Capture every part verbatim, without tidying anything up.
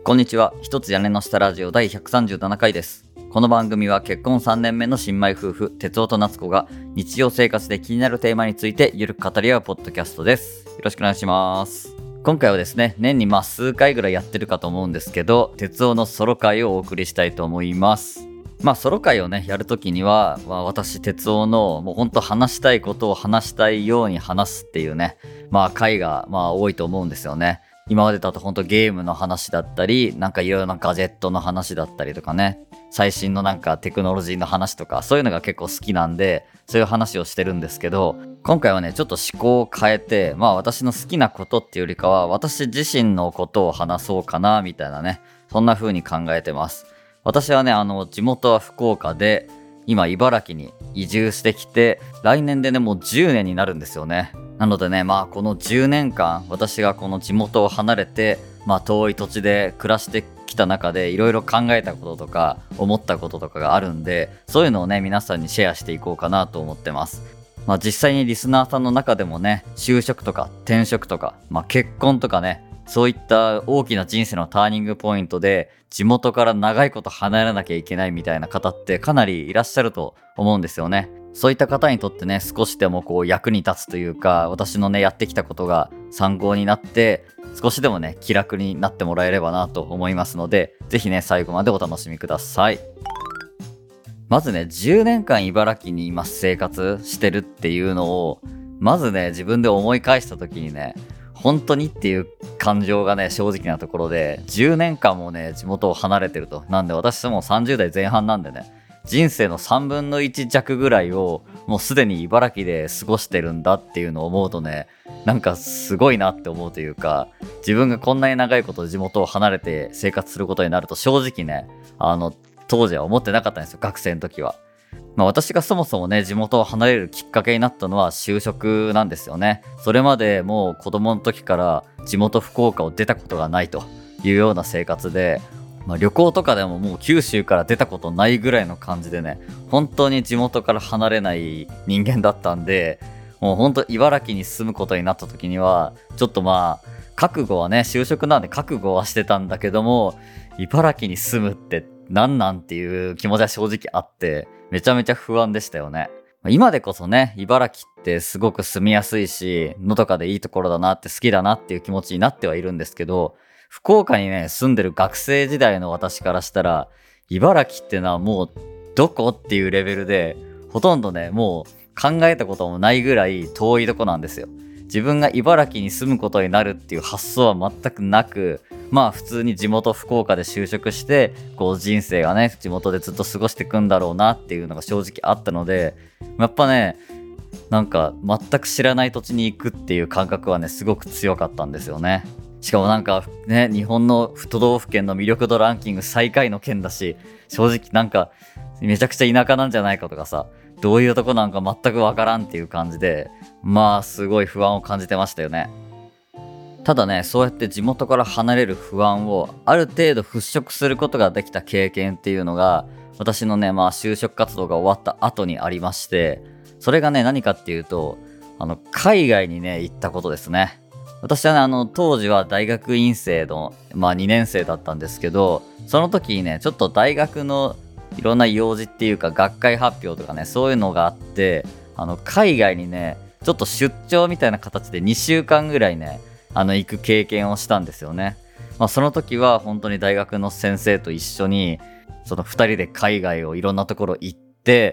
こんにちは。一つ屋根の下ラジオ第ひゃくさんじゅうななかいです。この番組は結婚さんねんめの新米夫婦、哲夫と夏子が日常生活で気になるテーマについてゆるく語り合うポッドキャストです。よろしくお願いします。今回はですね、年にまあ数回ぐらいやってるかと思うんですけど、哲夫のソロ回をお送りしたいと思います。まあソロ回をね、やるときには、まあ、私、哲夫のもうほんと話したいことを話したいように話すっていうね、まあ回がまあ多いと思うんですよね。今までだとほんとゲームの話だったり、なんかいろいろなガジェットの話だったりとかね、最新のなんかテクノロジーの話とか、そういうのが結構好きなんで、そういう話をしてるんですけど、今回はね、ちょっと思考を変えて、まあ私の好きなことっていうよりかは、私自身のことを話そうかな、みたいなね、そんな風に考えてます。私はね、あの、地元は福岡で、今茨城に移住してきて、来年でね、もうじゅうねんになるんですよね。なのでね、まあこのじゅうねんかん、私がこの地元を離れて、まあ遠い土地で暮らしてきた中で、いろいろ考えたこととか、思ったこととかがあるんで、そういうのをね、皆さんにシェアしていこうかなと思ってます。まあ実際にリスナーさんの中でもね、就職とか転職とか、まあ結婚とかね、そういった大きな人生のターニングポイントで地元から長いこと離れなきゃいけないみたいな方ってかなりいらっしゃると思うんですよね。そういった方にとってね、少しでもこう役に立つというか、私のね、やってきたことが参考になって、少しでもね、気楽になってもらえればなと思いますので、ぜひね、最後までお楽しみください。まずね、じゅうねんかん茨城に今生活してるっていうのを、まずね、自分で思い返した時にね、本当にっていう感情がね、正直なところで、じゅうねんかんもね、地元を離れてると。なんで私もさんじゅうだいぜん半なんでね、人生のさんぶんのいち弱ぐらいをもうすでに茨城で過ごしてるんだっていうのを思うとね、なんかすごいなって思うというか、自分がこんなに長いこと地元を離れて生活することになると正直ね、あの、当時は思ってなかったんですよ、学生の時は。まあ私がそもそもね、地元を離れるきっかけになったのは就職なんですよね。それまでもう子供の時から地元福岡を出たことがないというような生活で、まあ、旅行とかでももう九州から出たことないぐらいの感じでね、本当に地元から離れない人間だったんで、もう本当茨城に住むことになった時には、ちょっとまあ、覚悟はね、就職なんで覚悟はしてたんだけども、茨城に住むってなんなんっていう気持ちは正直あって、めちゃめちゃ不安でしたよね。今でこそね、茨城ってすごく住みやすいし、のどかでいいところだなって好きだなっていう気持ちになってはいるんですけど、福岡にね、住んでる学生時代の私からしたら、茨城ってのはもうどこっていうレベルで、ほとんどね、もう考えたこともないぐらい遠いとこなんですよ。自分が茨城に住むことになるっていう発想は全くなく、まあ普通に地元福岡で就職して、こう人生がね、地元でずっと過ごしていくんだろうなっていうのが正直あったので、やっぱね、なんか全く知らない土地に行くっていう感覚はね、すごく強かったんですよね。しかもなんかね、日本の都道府県の魅力度ランキング最下位の県だし、正直なんかめちゃくちゃ田舎なんじゃないかとかさ、どういうとこなんか全くわからんっていう感じで、まあすごい不安を感じてましたよね。ただね、そうやって地元から離れる不安をある程度払拭することができた経験っていうのが、私のね、まあ就職活動が終わった後にありまして、それがね、何かっていうと、あの、海外にね、行ったことですね。私はね、あの、当時は大学院生の、まあにねん生だったんですけど、その時にね、ちょっと大学のいろんな用事っていうか、学会発表とかね、そういうのがあって、あの、海外にね、ちょっと出張みたいな形でにしゅうかんぐらいね、あの、行く経験をしたんですよね。まあ、その時は本当に大学の先生と一緒に、そのふたりで海外をいろんなところ行って、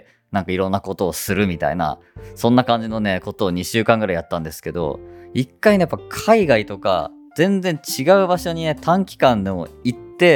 なんかいろんなことをするみたいな、そんな感じのね、ことをにしゅうかんぐらいやったんですけど、一回ね、やっぱ海外とか、全然違う場所にね、短期間でも行って、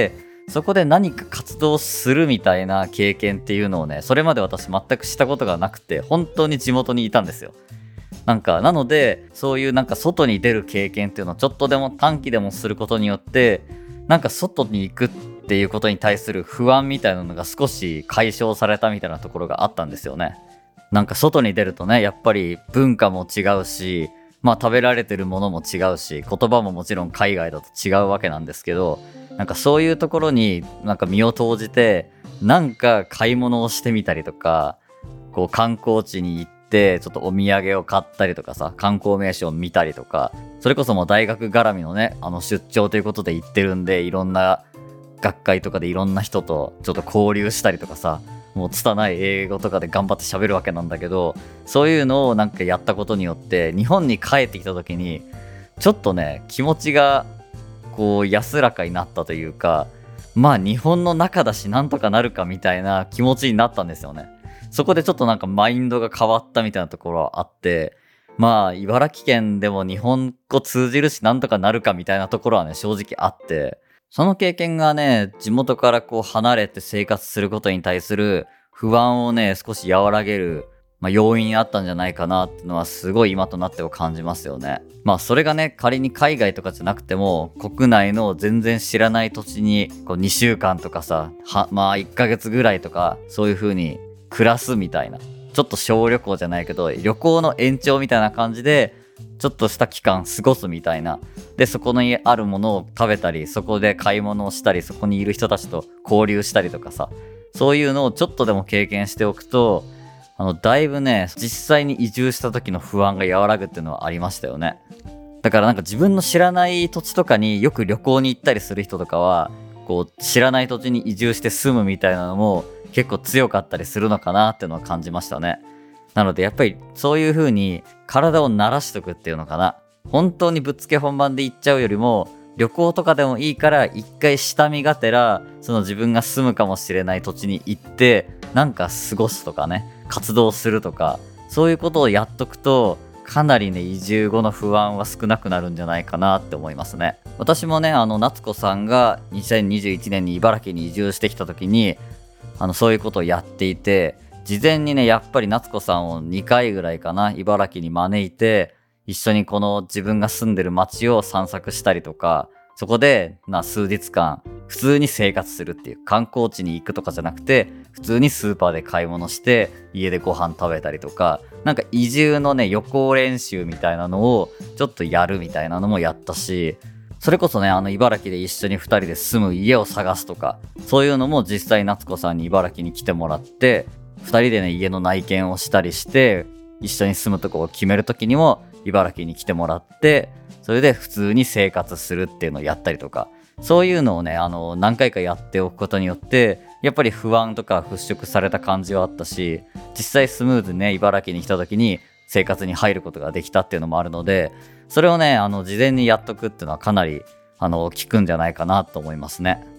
そこで何か活動するみたいな経験っていうのをね、それまで私全くしたことがなくて、本当に地元にいたんですよ。なんか、なので、そういうなんか外に出る経験っていうのをちょっとでも短期でもすることによって、なんか外に行くっていうことに対する不安みたいなのが少し解消されたみたいなところがあったんですよね。なんか外に出るとね、やっぱり文化も違うし、まあ食べられてるものも違うし、言葉ももちろん海外だと違うわけなんですけど、なんかそういうところになんか身を投じて、なんか買い物をしてみたりとか、こう観光地に行っってちょっとお土産を買ったりとかさ、観光名所を見たりとか、それこそもう大学絡みのね、あの出張ということで行ってるんで、いろんな学会とかでいろんな人とちょっと交流したりとかさ、もう拙い英語とかで頑張って喋るわけなんだけど、そういうのをなんかやったことによって日本に帰ってきた時にちょっとね、気持ちがこう安らかになったというか、まあ日本の中だしなんとかなるかみたいな気持ちになったんですよね。そこでちょっとなんかマインドが変わったみたいなところはあって、まあ茨城県でも日本語通じるしなんとかなるかみたいなところはね、正直あって、その経験がね、地元からこう離れて生活することに対する不安をね、少し和らげる、まあ、要因にあったんじゃないかなっていうのはすごい今となっては感じますよね。まあそれがね、仮に海外とかじゃなくても国内の全然知らない土地にこうにしゅうかんとかさ、はまあいっかげつぐらいとかそういう風に暮らすみたいな、ちょっと小旅行じゃないけど旅行の延長みたいな感じでちょっとした期間過ごすみたいな。で、そこにあるものを食べたり、そこで買い物をしたり、そこにいる人たちと交流したりとかさ、そういうのをちょっとでも経験しておくと、あの、だいぶね、実際に移住した時の不安が和らぐっていうのはありましたよね。だからなんか自分の知らない土地とかによく旅行に行ったりする人とかは、こう、知らない土地に移住して住むみたいなのも結構強かったりするのかなっていうのは感じましたね。なのでやっぱりそういう風に体を慣らしとくっていうのかな。本当にぶっつけ本番で行っちゃうよりも、旅行とかでもいいから一回下見がてら、その自分が住むかもしれない土地に行って、なんか過ごすとかね、活動するとか、そういうことをやっとくと、かなりね、移住後の不安は少なくなるんじゃないかなって思いますね。私もね、あの、夏子さんがにせんにじゅういちねんに茨城に移住してきた時に、あの、そういうことをやっていて、事前にね、やっぱり夏子さんをにかいぐらいかな、茨城に招いて、一緒にこの自分が住んでる街を散策したりとか、そこでな数日間普通に生活するっていう、観光地に行くとかじゃなくて、普通にスーパーで買い物して家でご飯食べたりとか、なんか移住のね、予行練習みたいなのをちょっとやるみたいなのもやったし、それこそね、あの茨城で一緒にふたりで住む家を探すとか、そういうのも実際夏子さんに茨城に来てもらって、ふたりでね、家の内見をしたりして、一緒に住むとこを決めるときにも茨城に来てもらって、それで普通に生活するっていうのをやったりとか、そういうのをね、あの何回かやっておくことによってやっぱり不安とか払拭された感じはあったし、実際スムーズにね、茨城に来た時に生活に入ることができたっていうのもあるので、それをね、あの事前にやっとくっていうのはかなりあの効くんじゃないかなと思いますね。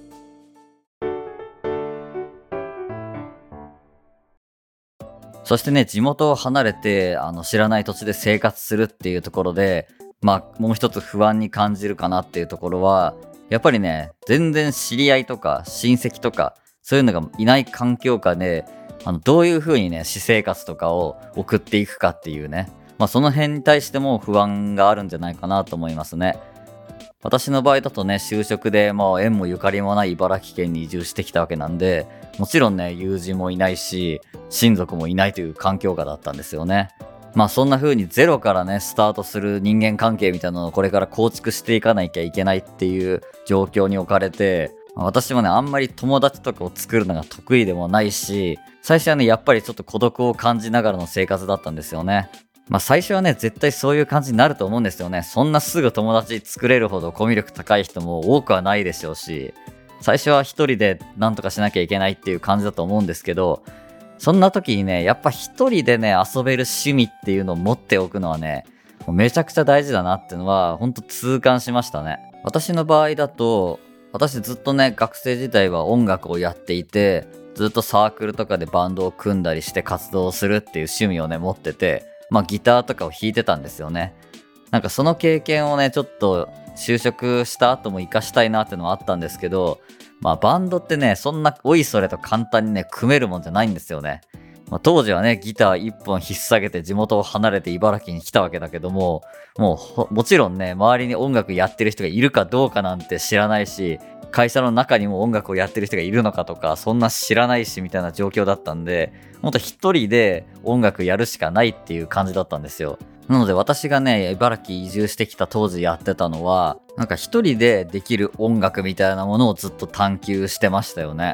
そしてね、地元を離れてあの知らない土地で生活するっていうところで、まあもう一つ不安に感じるかなっていうところは、やっぱりね、全然知り合いとか親戚とかそういうのがいない環境下で、あのどういう風にね、私生活とかを送っていくかっていうね、まあその辺に対しても不安があるんじゃないかなと思いますね。私の場合だとね、就職でもう縁もゆかりもない茨城県に移住してきたわけなんで、もちろんね、友人もいないし親族もいないという環境下だったんですよね。まあそんな風にゼロからね、スタートする人間関係みたいなのをこれから構築していかなきゃいけないっていう状況に置かれて、私もね、あんまり友達とかを作るのが得意でもないし、最初はね、やっぱりちょっと孤独を感じながらの生活だったんですよね。まあ最初はね、絶対そういう感じになると思うんですよね。そんなすぐ友達作れるほどコミュ力高い人も多くはないでしょうし、最初は一人で何とかしなきゃいけないっていう感じだと思うんですけど、そんな時にね、やっぱ一人でね、遊べる趣味っていうのを持っておくのはね、もうめちゃくちゃ大事だなっていうのはほんと痛感しましたね。私の場合だと、私ずっとね、学生時代は音楽をやっていて、ずっとサークルとかでバンドを組んだりして活動するっていう趣味をね、持ってて、まあギターとかを弾いてたんですよね。なんかその経験をね、ちょっと就職した後も活かしたいなっていうのはあったんですけど、まあバンドってね、そんなおいそれと簡単にね、組めるもんじゃないんですよね。まあ、当時はね、ギター一本引っ提げて地元を離れて茨城に来たわけだけども、もうもちろんね、周りに音楽やってる人がいるかどうかなんて知らないし、会社の中にも音楽をやってる人がいるのかとか、そんな知らないしみたいな状況だったんで、ほんと一人で音楽やるしかないっていう感じだったんですよ。なので私がね、茨城移住してきた当時やってたのは、なんか一人でできる音楽みたいなものをずっと探求してましたよね。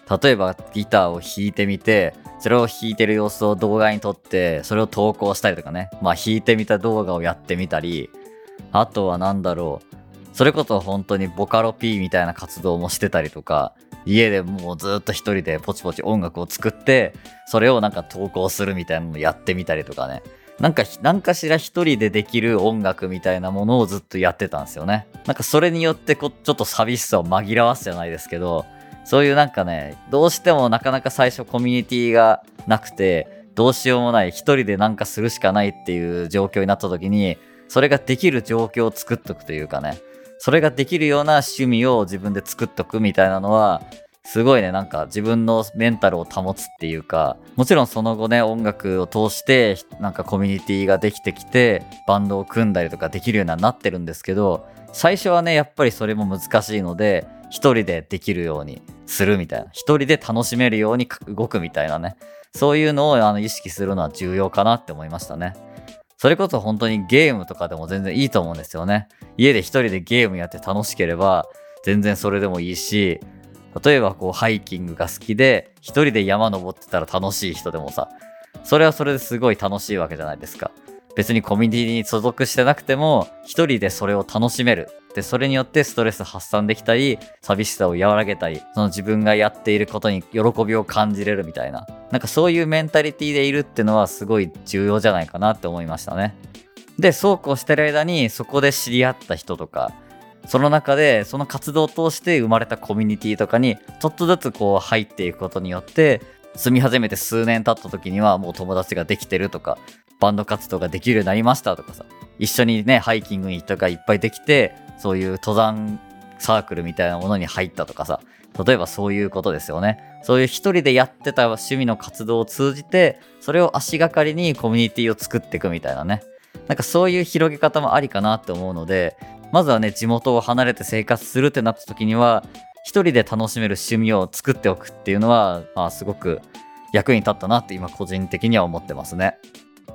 例えばギターを弾いてみて、それを弾いてる様子を動画に撮ってそれを投稿したりとかね、まあ弾いてみた動画をやってみたり、あとはなんだろう、それこそ本当にボカロ P みたいな活動もしてたりとか、家でもうずっと一人でポチポチ音楽を作ってそれをなんか投稿するみたいなのをやってみたりとかね、なんか何かしら一人でできる音楽みたいなものをずっとやってたんですよね。なんかそれによってこちょっと寂しさを紛らわすじゃないですけど、そういうなんかね、どうしてもなかなか最初コミュニティがなくてどうしようもない、一人でなんかするしかないっていう状況になった時に、それができる状況を作っとくというかね、それができるような趣味を自分で作っとくみたいなのはすごいね、なんか自分のメンタルを保つっていうか、もちろんその後ね、音楽を通してなんかコミュニティができてきてバンドを組んだりとかできるようにはなってるんですけど、最初はねやっぱりそれも難しいので、一人でできるようにするみたいな、一人で楽しめるように動くみたいなね、そういうのをあの意識するのは重要かなって思いましたね。それこそ本当にゲームとかでも全然いいと思うんですよね。家で一人でゲームやって楽しければ全然それでもいいし、例えばこうハイキングが好きで一人で山登ってたら楽しい人でもさ、それはそれですごい楽しいわけじゃないですか。別にコミュニティに所属してなくても一人でそれを楽しめる。でそれによってストレス発散できたり、寂しさを和らげたり、その自分がやっていることに喜びを感じれるみたいな、なんかそういうメンタリティでいるってのはすごい重要じゃないかなって思いましたね。でそうこうしてる間にそこで知り合った人とか、その中でその活動を通して生まれたコミュニティとかにちょっとずつこう入っていくことによって、住み始めて数年経った時にはもう友達ができてるとか、バンド活動ができるようになりましたとかさ、一緒にねハイキングに人がいっぱいできて、そういう登山サークルみたいなものに入ったとかさ、例えばそういうことですよね。そういう一人でやってた趣味の活動を通じて、それを足がかりにコミュニティを作っていくみたいなね、なんかそういう広げ方もありかなって思うので、まずはね地元を離れて生活するってなった時には一人で楽しめる趣味を作っておくっていうのは、まあ、すごく役に立ったなって今個人的には思ってますね。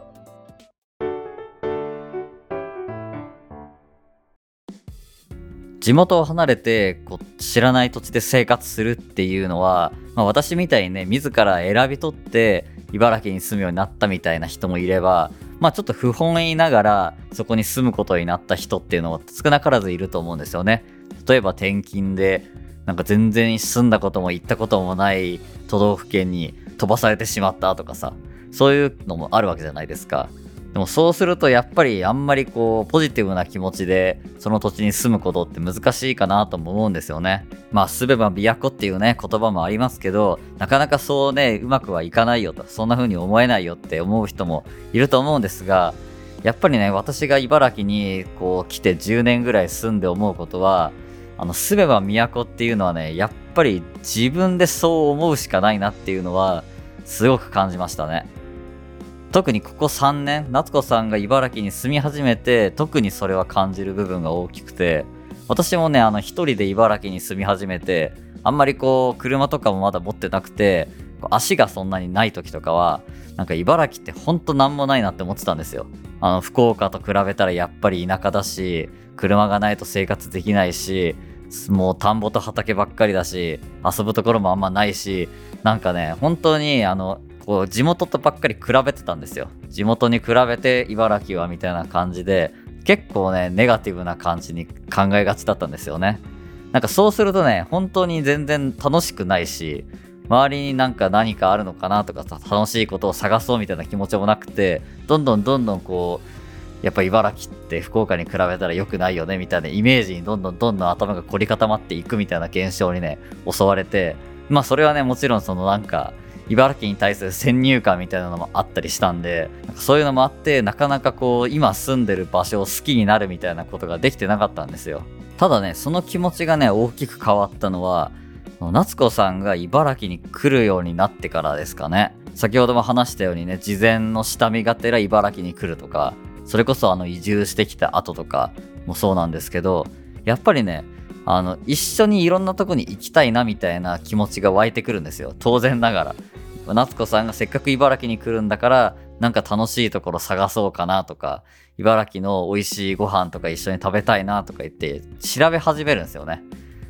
地元を離れてこう知らない土地で生活するっていうのは、まあ、私みたいにね自ら選び取って茨城に住むようになったみたいな人もいれば、まあちょっと不本意ながらそこに住むことになった人っていうのは少なからずいると思うんですよね。例えば転勤でなんか全然住んだことも行ったこともない都道府県に飛ばされてしまったとかさ、そういうのもあるわけじゃないですか。でもそうするとやっぱりあんまりこうポジティブな気持ちでその土地に住むことって難しいかなとも思うんですよね。まあ住めば都っていうね言葉もありますけど、なかなかそうねうまくはいかないよと、そんな風に思えないよって思う人もいると思うんですが、やっぱりね私が茨城にこう来てじゅうねんぐらい住んで思うことは、あの住めば都っていうのはねやっぱり自分でそう思うしかないなっていうのはすごく感じましたね。特にここさんねん、夏子さんが茨城に住み始めて特にそれは感じる部分が大きくて、私もねあの一人で茨城に住み始めて、あんまりこう車とかもまだ持ってなくて足がそんなにない時とかは、なんか茨城ってほんとなんもないなって思ってたんですよ。あの福岡と比べたらやっぱり田舎だし、車がないと生活できないし、もう田んぼと畑ばっかりだし、遊ぶところもあんまないし、なんかね本当にあのこう地元とばっかり比べてたんですよ。地元に比べて茨城はみたいな感じで、結構ねネガティブな感じに考えがちだったんですよね。なんかそうするとね本当に全然楽しくないし、周りになんか何かあるのかなとかさ、楽しいことを探そうみたいな気持ちもなくて、どんどんどんどんこうやっぱ茨城って福岡に比べたら良くないよねみたいなイメージにどんどんどんどん頭が凝り固まっていくみたいな現象にね襲われて、まあそれはねもちろんそのなんか茨城に対する先入観みたいなのもあったりしたんで、なんかそういうのもあってなかなかこう今住んでる場所を好きになるみたいなことができてなかったんですよ。ただねその気持ちがね大きく変わったのは夏子さんが茨城に来るようになってからですかね。先ほども話したようにね事前の下見がてら茨城に来るとか、それこそあの移住してきた後とかもそうなんですけど、やっぱりねあの一緒にいろんなとこに行きたいなみたいな気持ちが湧いてくるんですよ。当然ながら夏子さんがせっかく茨城に来るんだからなんか楽しいところ探そうかなとか、茨城の美味しいご飯とか一緒に食べたいなとか言って調べ始めるんですよね。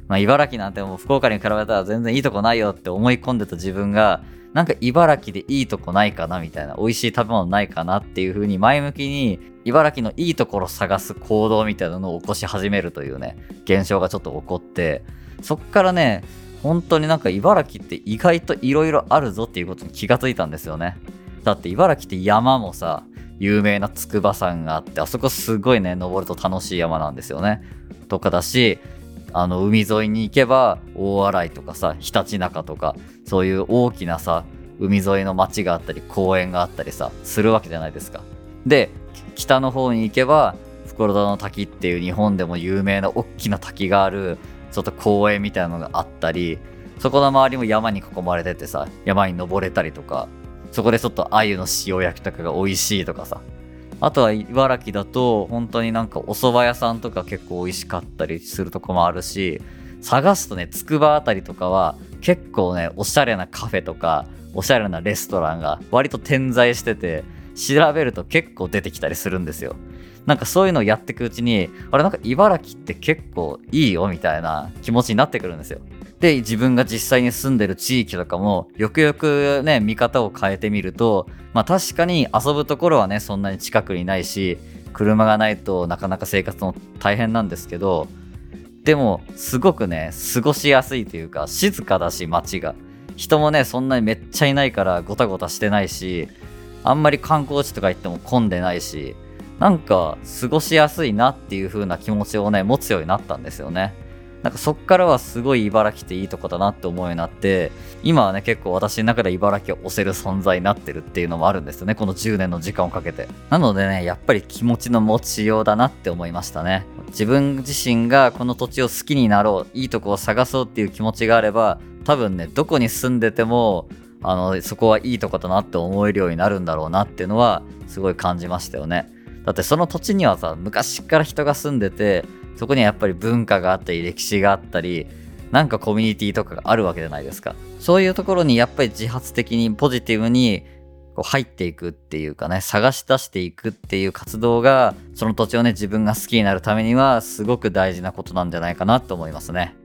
まあ茨城なんてもう福岡に比べたら全然いいとこないよって思い込んでた自分が、なんか茨城でいいとこないかなみたいな、美味しい食べ物ないかなっていう風に前向きに茨城のいいところを探す行動みたいなのを起こし始めるというね、現象がちょっと起こって、そっからね、本当になんか茨城って意外といろいろあるぞっていうことに気がついたんですよね。だって茨城って山もさ、有名な筑波山があって、あそこすごいね、登ると楽しい山なんですよね。とかだし、あの海沿いに行けば大洗とかさ、ひたちなかとか、そういう大きなさ海沿いの町があったり公園があったりさするわけじゃないですか。で、北の方に行けば袋田の滝っていう日本でも有名な大きな滝があるちょっと公園みたいなのがあったり、そこの周りも山に囲まれててさ、山に登れたりとか、そこでちょっと鮎の塩焼きとかが美味しいとかさ、あとは茨城だと本当になんかお蕎麦屋さんとか結構美味しかったりするとこもあるし、探すとね、つくばあたりとかは結構ね、おしゃれなカフェとかおしゃれなレストランが割と点在してて、調べると結構出てきたりするんですよ。なんかそういうのをやっていくうちに、あれなんか茨城って結構いいよみたいな気持ちになってくるんですよ。で、自分が実際に住んでる地域とかもよくよくね、見方を変えてみると、まあ確かに遊ぶところはね、そんなに近くにないし、車がないとなかなか生活も大変なんですけど、でもすごくね、過ごしやすいというか、静かだし街が、人もねそんなにめっちゃいないからゴタゴタしてないし、あんまり観光地とか行っても混んでないし、なんか過ごしやすいなっていう風な気持ちをね持つようになったんですよね。なんかそっからはすごい茨城っていいとこだなって思うようになって、今はね結構私の中で茨城を推せる存在になってるっていうのもあるんですよね、このじゅうねんの時間をかけて。なのでね、やっぱり気持ちの持ちようだなって思いましたね。自分自身がこの土地を好きになろう、いいとこを探そうっていう気持ちがあれば、多分ねどこに住んでてもあのそこはいいとこだなって思えるようになるんだろうなっていうのはすごい感じましたよね。だってその土地にはさ、昔から人が住んでて、そこにはやっぱり文化があったり歴史があったり、なんかコミュニティとかがあるわけじゃないですか。そういうところにやっぱり自発的にポジティブにこう入っていくっていうかね、探し出していくっていう活動が、その土地をね自分が好きになるためにはすごく大事なことなんじゃないかなと思いますね。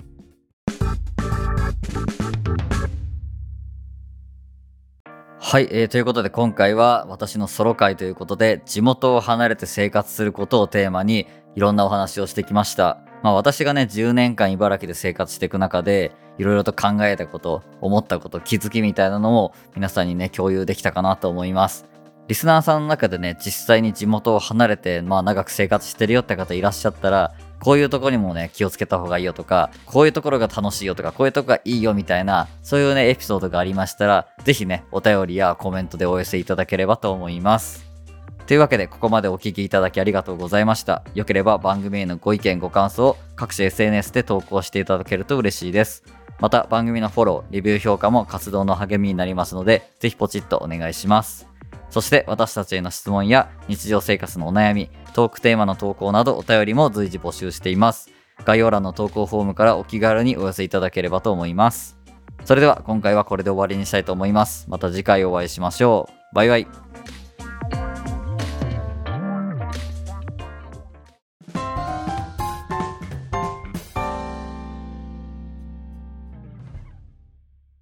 はい、えー、ということで今回は私のソロ会ということで、地元を離れて生活することをテーマにいろんなお話をしてきました。まあ私がねじゅうねんかん茨城で生活していく中で、いろいろと考えたこと、思ったこと、気づきみたいなのを皆さんにね共有できたかなと思います。リスナーさんの中でね、実際に地元を離れてまあ長く生活してるよって方いらっしゃったら、こういうところにもね気をつけた方がいいよとか、こういうところが楽しいよとか、こういうところがいいよみたいな、そういうねエピソードがありましたら、ぜひねお便りやコメントでお寄せいただければと思います。というわけで、ここまでお聞きいただきありがとうございました。よければ番組へのご意見ご感想を各種 エスエヌエス で投稿していただけると嬉しいです。また番組のフォロー、レビュー評価も活動の励みになりますので、ぜひポチッとお願いします。そして私たちへの質問や日常生活のお悩み、トークテーマの投稿などお便りも随時募集しています。概要欄の投稿フォームからお気軽にお寄せいただければと思います。それでは今回はこれで終わりにしたいと思います。また次回お会いしましょう。バイバイ。